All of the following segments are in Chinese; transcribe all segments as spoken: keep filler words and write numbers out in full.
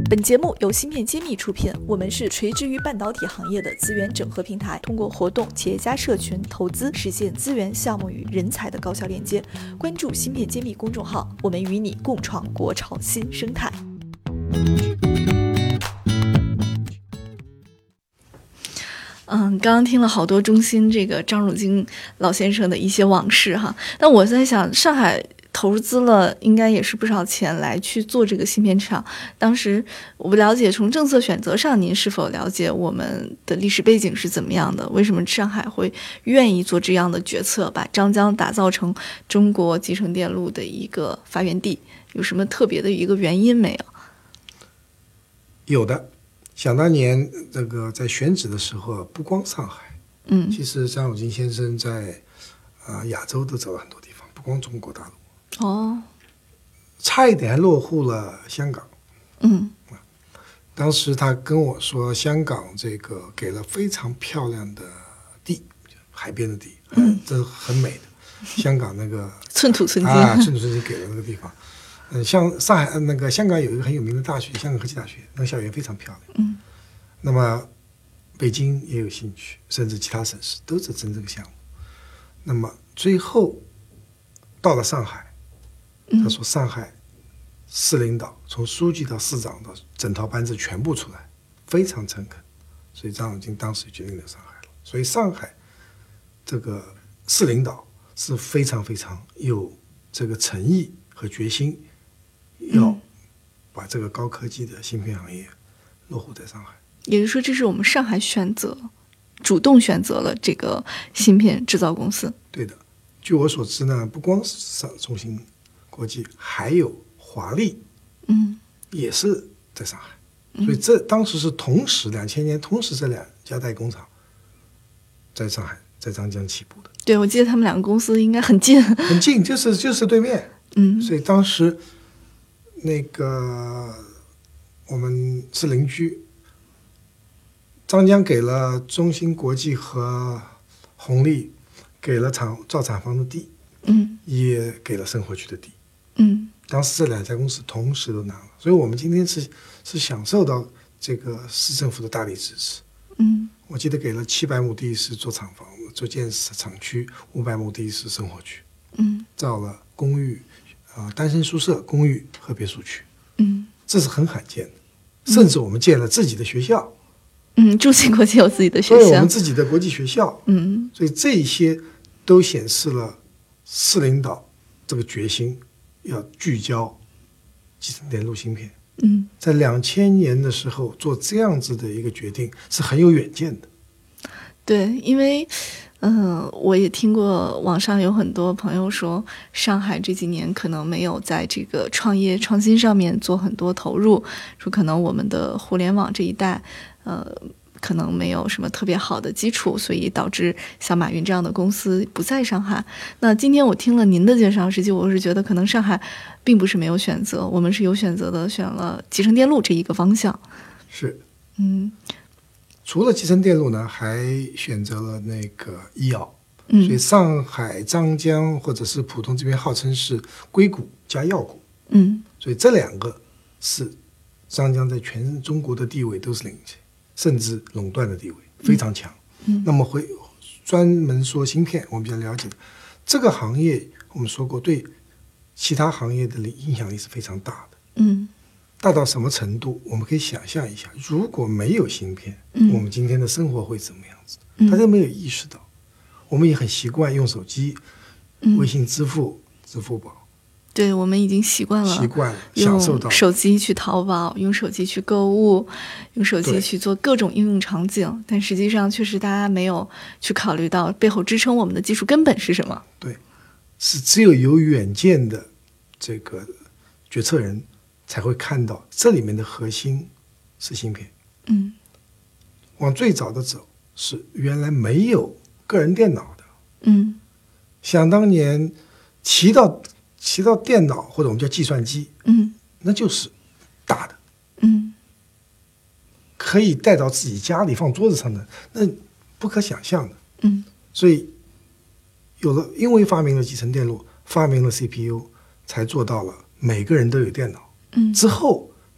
本节目由芯片揭秘出品，我们是垂直于半导体行业的资源整合平台，通过活动、企业家社群、投资，实现资源、项目与人才的高效链接。关注芯片揭秘公众号，我们与你共创国潮新生态。嗯，刚刚听了好多中芯这个张汝京老先生的一些往事哈，那我在想，上海投资了应该也是不少钱来去做这个芯片厂。当时我不了解，从政策选择上，您是否了解我们的历史背景是怎么样的？为什么上海会愿意做这样的决策，把张江打造成中国集成电路的一个发源地？有什么特别的一个原因没有？ 有的。想当年，这个在选址的时候，不光上海， 嗯， 其实张汝京先生在啊、呃、亚洲都走了很多地方，不光中国大陆。 哦， 差一点还落户了香港。 嗯， 当时他跟我说，香港这个给了非常漂亮的地，海边的地，嗯，这很美的。香港那个寸土寸金啊，寸土寸金给了那个地方。嗯，像上海那个香港有一个很有名的大学，香港科技大学，那个校园非常漂亮。 嗯， 那么北京也有兴趣，甚至其他省市都在争这个项目。那么最后到了上海，他说上海市领导从书记到市长到整套班子全部出来，非常诚恳，所以张汝京当时决定留上海了。所以上海这个市领导是非常非常有这个诚意和决心，要把这个高科技的芯片行业落户在上海。 也就是说，这是我们上海选择，主动选择了这个芯片制造公司。 对的，据我所知呢，不光是上中芯国际，还有华丽， 嗯， 也是在上海。所以这当时是同时，两千年同时这两家代工厂在上海，在张江起步的。 对，我记得他们两个公司应该很近， 很近，就是就是对面。 嗯， 所以当时那个我们是邻居，张江给了中芯国际和宏利，给了厂造厂房的地， 嗯， 也给了生活区的地。 嗯， 当时这两家公司同时都拿了，所以我们今天是是享受到这个市政府的大力支持。 嗯， 我记得给了七百亩地是做厂房，做建设厂区，五百亩地是生活区。 嗯， 造了公寓，啊、呃，单身宿舍、公寓和别墅区。 嗯， 这是很罕见的。甚至我们建了自己的学校。 嗯，中芯国际有自己的学校， 所以我们自己的国际学校。 嗯， 所以这些都显示了市领导这个决心，要聚焦集成电路芯片。 嗯， 在两千年的时候做这样子的一个决定是很有远见的。 对，因为嗯、呃，我也听过网上有很多朋友说，上海这几年可能没有在这个创业创新上面做很多投入，说可能我们的互联网这一代呃可能没有什么特别好的基础，所以导致像马云这样的公司不在上海。那今天我听了您的介绍，实际我是觉得可能上海并不是没有选择，我们是有选择的，选了集成电路这一个方向。 是， 嗯， 除了集成电路呢，还选择了那个医药。 嗯， 所以上海张江或者是浦东这边号称是硅谷加药股。 嗯， 所以这两个是张江在全中国的地位都是领先，甚至垄断的地位非常强。 嗯， 那么会专门说芯片，我们比较了解的这个行业，我们说过对其他行业的影响力是非常大的。 嗯， 大到什么程度？我们可以想象一下，如果没有芯片， 嗯， 我们今天的生活会怎么样子？大家没有意识到，我们也很习惯用手机、微信支付、支付宝。 对，我们已经习惯了， 习惯了，享受到用手机去淘宝，用手机去购物，用手机去做各种应用场景，但实际上确实大家没有去考虑到背后支撑我们的技术根本是什么。 对，是只有有远见的这个决策人才会看到这里面的核心是芯片。 嗯， 往最早的走是原来没有个人电脑的。 嗯， 想当年提到提到电脑或者我们叫计算机， 嗯， 那就是大的， 嗯， 可以带到自己家里放桌子上的，那不可想象的。 嗯， 所以有了，因为发明了集成电路，发明了 C P U， 才做到了每个人都有电脑。 嗯， 之后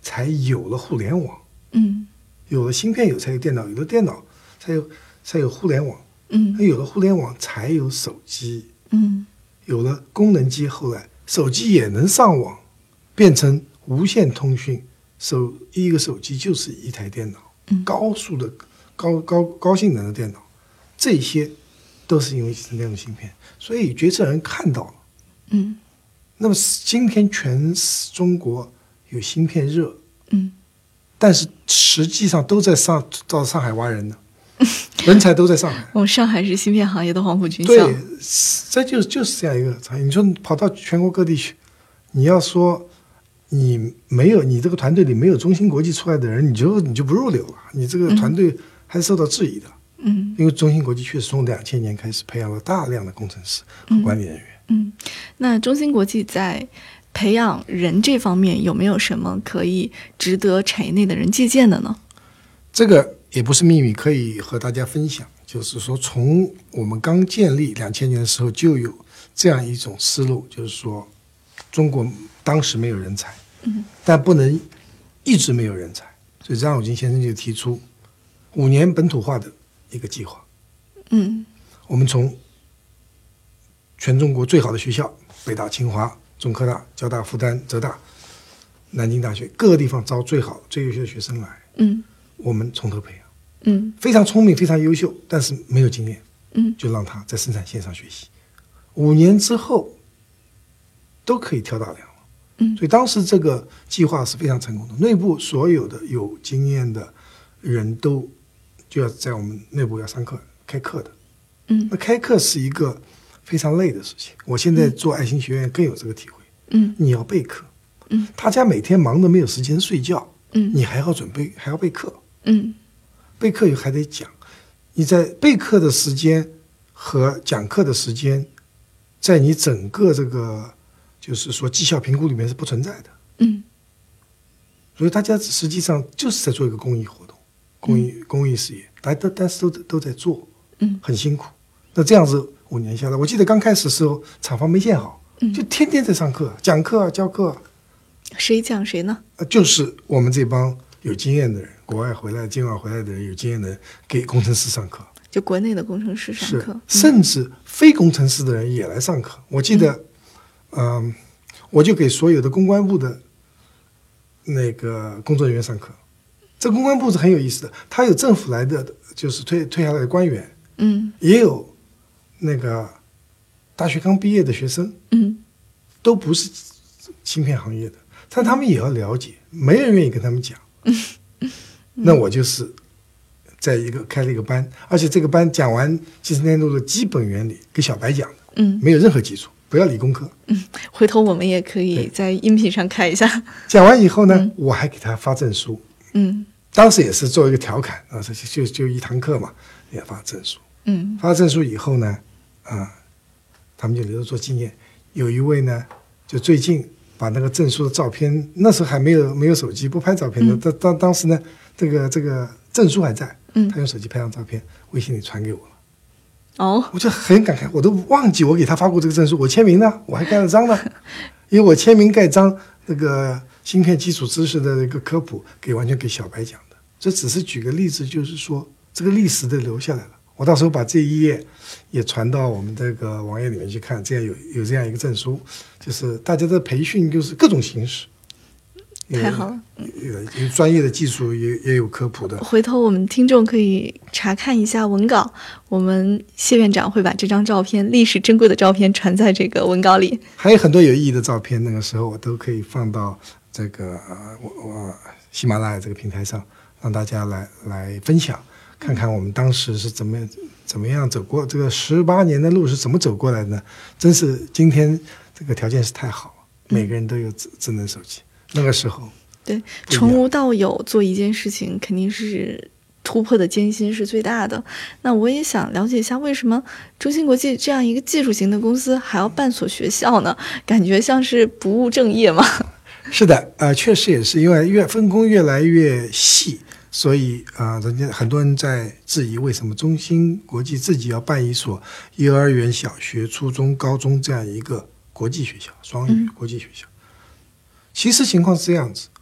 才有了互联网。 嗯， 有了芯片有才有电脑，有了电脑才有才有互联网。 嗯， 有了互联网才有手机。 嗯，有了功能机，后来手机也能上网，变成无线通讯。手一个手机就是一台电脑， 嗯、 高速的高高高性能的电脑，这些都是因为集成电路芯片。所以决策人看到了。 嗯， 那么今天全中国有芯片热。 嗯， 但是实际上都在上到上海挖人呢，人才都在上海。 我们上海是芯片行业的黄埔军校。 对，这就就是这样一个产业。你说跑到全国各地去，你要说你没有你这个团队里没有中芯国际出来的人，你就你就不入流了，你这个团队还是受到质疑的。 嗯， 因为中芯国际确实从两千年开始培养了大量的工程师和管理人员。 嗯，嗯那中芯国际在培养人这方面有没有什么可以值得产业内的人借鉴的呢？ 这个也不是秘密，可以和大家分享。就是说，从我们刚建立两千年的时候就有这样一种思路，就是说，中国当时没有人才， 嗯， 但不能一直没有人才，所以张汝京先生就提出五年本土化的一个计划。 嗯， 我们从全中国最好的学校，北大、清华、中科大、交大、复旦、浙大、南京大学各个地方招最好最优秀的学生来， 嗯， 我们从头培养， 嗯， 非常聪明非常优秀，但是没有经验， 嗯， 就让他在生产线上学习，五年之后都可以挑大梁了， 嗯， 所以当时这个计划是非常成功的，内部所有的有经验的人都就要在我们内部要上课开课的， 嗯， 那开课是一个非常累的事情，我现在做爱心学院更有这个体会。 嗯， 你要备课， 嗯， 大家每天忙得没有时间睡觉， 嗯， 你还要准备，还要备课， 嗯， 备课又还得讲，你在备课的时间和讲课的时间，在你整个这个就是说绩效评估里面是不存在的， 嗯， 所以大家实际上就是在做一个公益活动，公益、嗯、公益事业，大家都但是都都在做， 嗯， 很辛苦。那这样子五年下来，我记得刚开始的时候厂房没建好， 嗯， 就天天在上课、讲课、教课。 谁讲谁呢？ 就是我们这帮有经验的人，国外回来、境外回来的人，有经验的人给工程师上课， 就国内的工程师上课， 是甚至非工程师的人也来上课。我记得，嗯、呃，我就给所有的公关部的那个工作人员上课。这公关部是很有意思的，他有政府来的，就是退退下来的官员， 嗯， 也有那个大学刚毕业的学生， 嗯， 都不是芯片行业的。但他们也要了解，没人愿意跟他们讲。那我就是在一个开了一个班，而且这个班讲完集成电路的基本原理，给小白讲的， 嗯， 没有任何基础，不要理工科。 嗯，回头我们也可以在音频上看一下。 讲完以后呢， 嗯、 我还给他发证书。 嗯， 当时也是做一个调侃啊，就就就一堂课嘛，也发证书。 嗯， 发证书以后呢，啊，他们就留着做纪念。有一位呢，就最近。把那个证书的照片，那时候还没有没有手机，不拍照片的。当、嗯、当当时呢，这个这个证书还在， 嗯， 他用手机拍张照片，微信里传给我了。 哦， 我就很感慨，我都忘记我给他发过这个证书，我签名呢，我还盖了章呢，因为我签名盖章，那个芯片基础知识的一个科普，给完全给小白讲的。这只是举个例子，就是说这个历史都留下来了。我到时候把这一页也传到我们这个网页里面去看，这样有有这样一个证书，就是大家的培训就是各种形式， 太好了， 有有专业的技术，也也有科普的。 回头我们听众可以查看一下文稿，我们谢院长会把这张照片历史珍贵的照片传在这个文稿里， 还有很多有意义的照片，那个时候我都可以放到这个呃我我喜马拉雅这个平台上，让大家来来分享。看看我们当时是怎么怎么样走过这个十八年的路是怎么走过来的呢？真是今天这个条件是太好，每个人都有智智能手机。那个时候， 对，从无到有做一件事情，肯定是突破的艰辛是最大的。那我也想了解一下，为什么中芯国际这样一个技术型的公司还要办所学校呢？感觉像是不务正业嘛。 是的，呃，确实也是因为越分工越来越细。所以啊、呃，人家很多人在质疑，为什么中芯国际自己要办一所幼儿园、小学、初中、高中这样一个国际学校，双语国际学校？嗯、其实情况是这样子，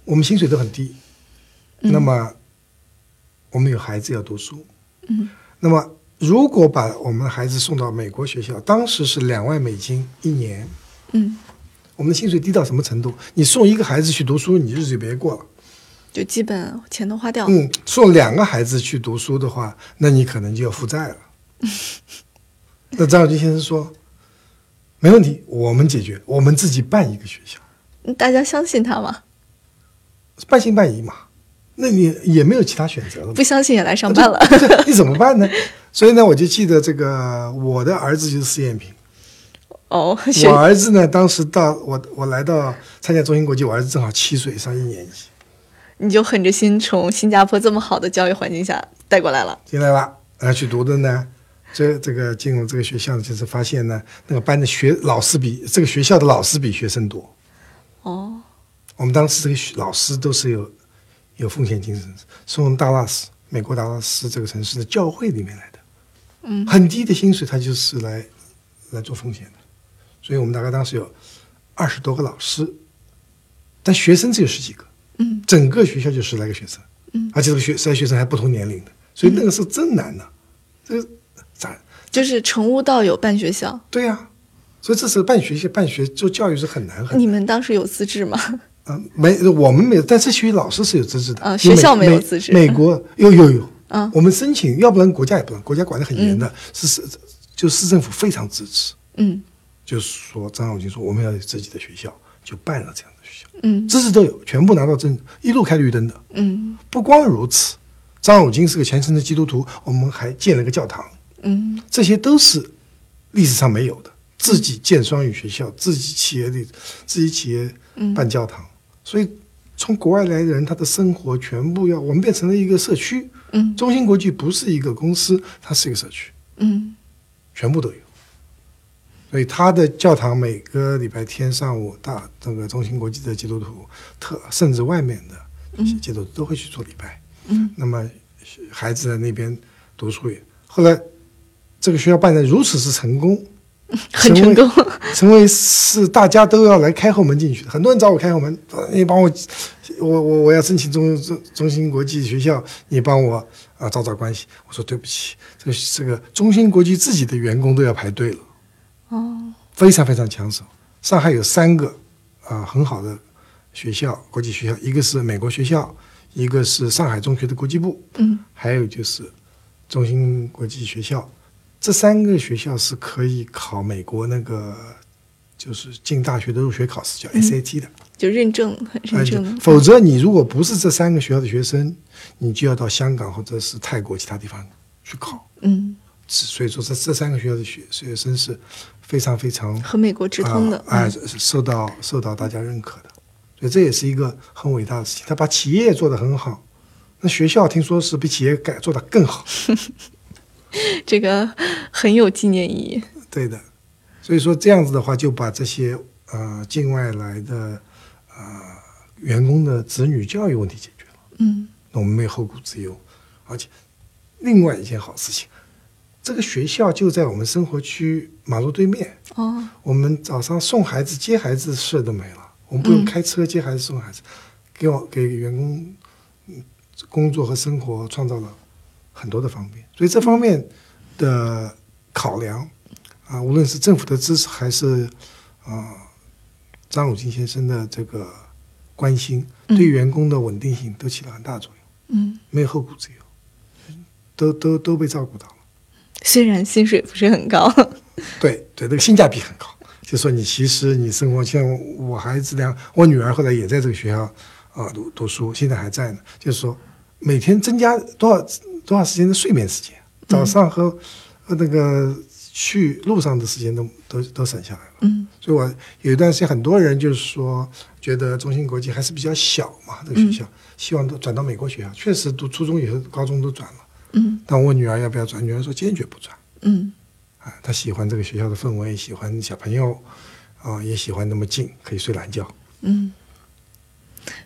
我们薪水都很低， 嗯、 那么我们有孩子要读书， 嗯， 那么如果把我们的孩子送到美国学校，当时是两万美金一年， 嗯， 我们的薪水低到什么程度？你送一个孩子去读书，你日子就别过了。 就基本钱都花掉。 嗯，送两个孩子去读书的话，那你可能就要负债了。那张友军先生说，没问题，我们解决，我们自己办一个学校。 大家相信他吗？ 半信半疑嘛，那你也没有其他选择了。 不相信也来上班了， 你怎么办呢？所以呢，我就记得这个，我的儿子就是试验品。 哦， 我儿子呢，当时到我我来到参加中芯国际，我儿子正好七岁，上一年级。 你就狠着心从新加坡这么好的教育环境下带过来了， 进来了，然后去读的呢，这这个进入这个学校，就是发现呢，那个班的学老师比这个学校的老师比学生多。 哦， 我们当时这个老师都是有有奉献精神，是从达拉斯，美国达拉斯这个城市的教会里面来的， 嗯， 很低的薪水，他就是来来做奉献的。所以我们大概当时有二十多个老师，但学生只有十几个。 嗯， 整个学校就十来个学生， 嗯， 而且这个学十来学生还不同年龄的，所以那个时候真难呐、啊。这个咋？ 就是从无到有办学校。 对呀、啊，所以这是办学校、办学做教育是很难很难。 你们当时有资质吗？ 啊、呃，没，我们没有，但这学校老师是有资质的。 啊、呃，学校没有资质。 美, 美国有有有， 啊， 我们申请，要不然国家也不让，国家管得很严的，嗯、是是，就市政府非常支持。 嗯， 就是说张友军说我们要有自己的学校，就办了这样的学校。 嗯， 资质都有，全部拿到证，一路开绿灯的。 嗯， 不光如此，张友军是个虔诚的基督徒，我们还建了个教堂。 嗯， 这些都是历史上没有的，自己建双语学校，自己企业里，自己企业办教堂。嗯、所以从国外来的人，他的生活全部要我们变成了一个社区。 嗯， 中芯国际不是一个公司，它是一个社区。 嗯， 全部都有。所以他的教堂每个礼拜天上午，大这个中芯国际的基督徒，特甚至外面的基督徒都会去做礼拜。 嗯， 那么孩子在那边读书也。后来这个学校办得如此之成功， 很成功， 成为, 成为是大家都要来开后门进去的。很多人找我开后门，你帮我，我我我要申请中中中芯国际学校，你帮我啊找找关系。我说对不起，这个这个中芯国际自己的员工都要排队了。 哦， 非常非常抢手。上海有三个啊、呃、很好的学校，国际学校，一个是美国学校，一个是上海中学的国际部， 嗯， 还有就是中芯国际学校。这三个学校是可以考美国那个就是进大学的入学考试，叫 S A T 的， 嗯、就认证认证、 呃。否则你如果不是这三个学校的学生，你就要到香港或者是泰国其他地方去考。 嗯。 所以说这这三个学校的学学生是非常非常和美国直通的， 啊、呃呃，受到受到大家认可的，所以这也是一个很伟大的事情。他把企业做得很好，那学校听说是比企业改做得更好， 这个很有纪念意义。 对的，所以说这样子的话，就把这些呃境外来的呃员工的子女教育问题解决了。 嗯， 那我们没有后顾之忧，而且另外一件好事情。这个学校就在我们生活区马路对面。 哦， 我们早上送孩子、接孩子的事都没了，我们不用开车接孩子、送孩子，给我给员工工作和生活创造了很多的方便。所以这方面的考量啊，无论是政府的支持，还是啊张汝京先生的这个关心，对员工的稳定性都起了很大作用。 嗯， 没有后顾之忧，都都都被照顾到了。 虽然薪水不是很高， 对对，这个性价比很高。就说你其实你生活，像我孩子俩，我女儿后来也在这个学校啊、呃、读读书，现在还在呢。就是说每天增加多少多少时间的睡眠时间，早上和、嗯、和那个去路上的时间都都都省下来了。 嗯，所以我有一段时间，很多人就是说觉得中芯国际还是比较小嘛，这个学校、嗯、希望都转到美国学校，确实读初中以后、高中都转了。 嗯， 但我女儿要不要转？女儿说坚决不转。 嗯， 啊，她喜欢这个学校的氛围，喜欢小朋友，啊、呃，也喜欢那么近，可以睡懒觉。 嗯，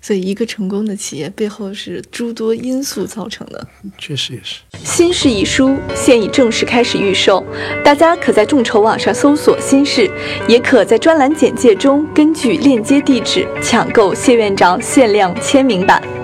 所以一个成功的企业背后是诸多因素造成的。 确实也是。 新式一书现已正式开始预售，大家可在众筹网上搜索新式，也可在专栏简介中根据链接地址抢购谢院长限量签名版。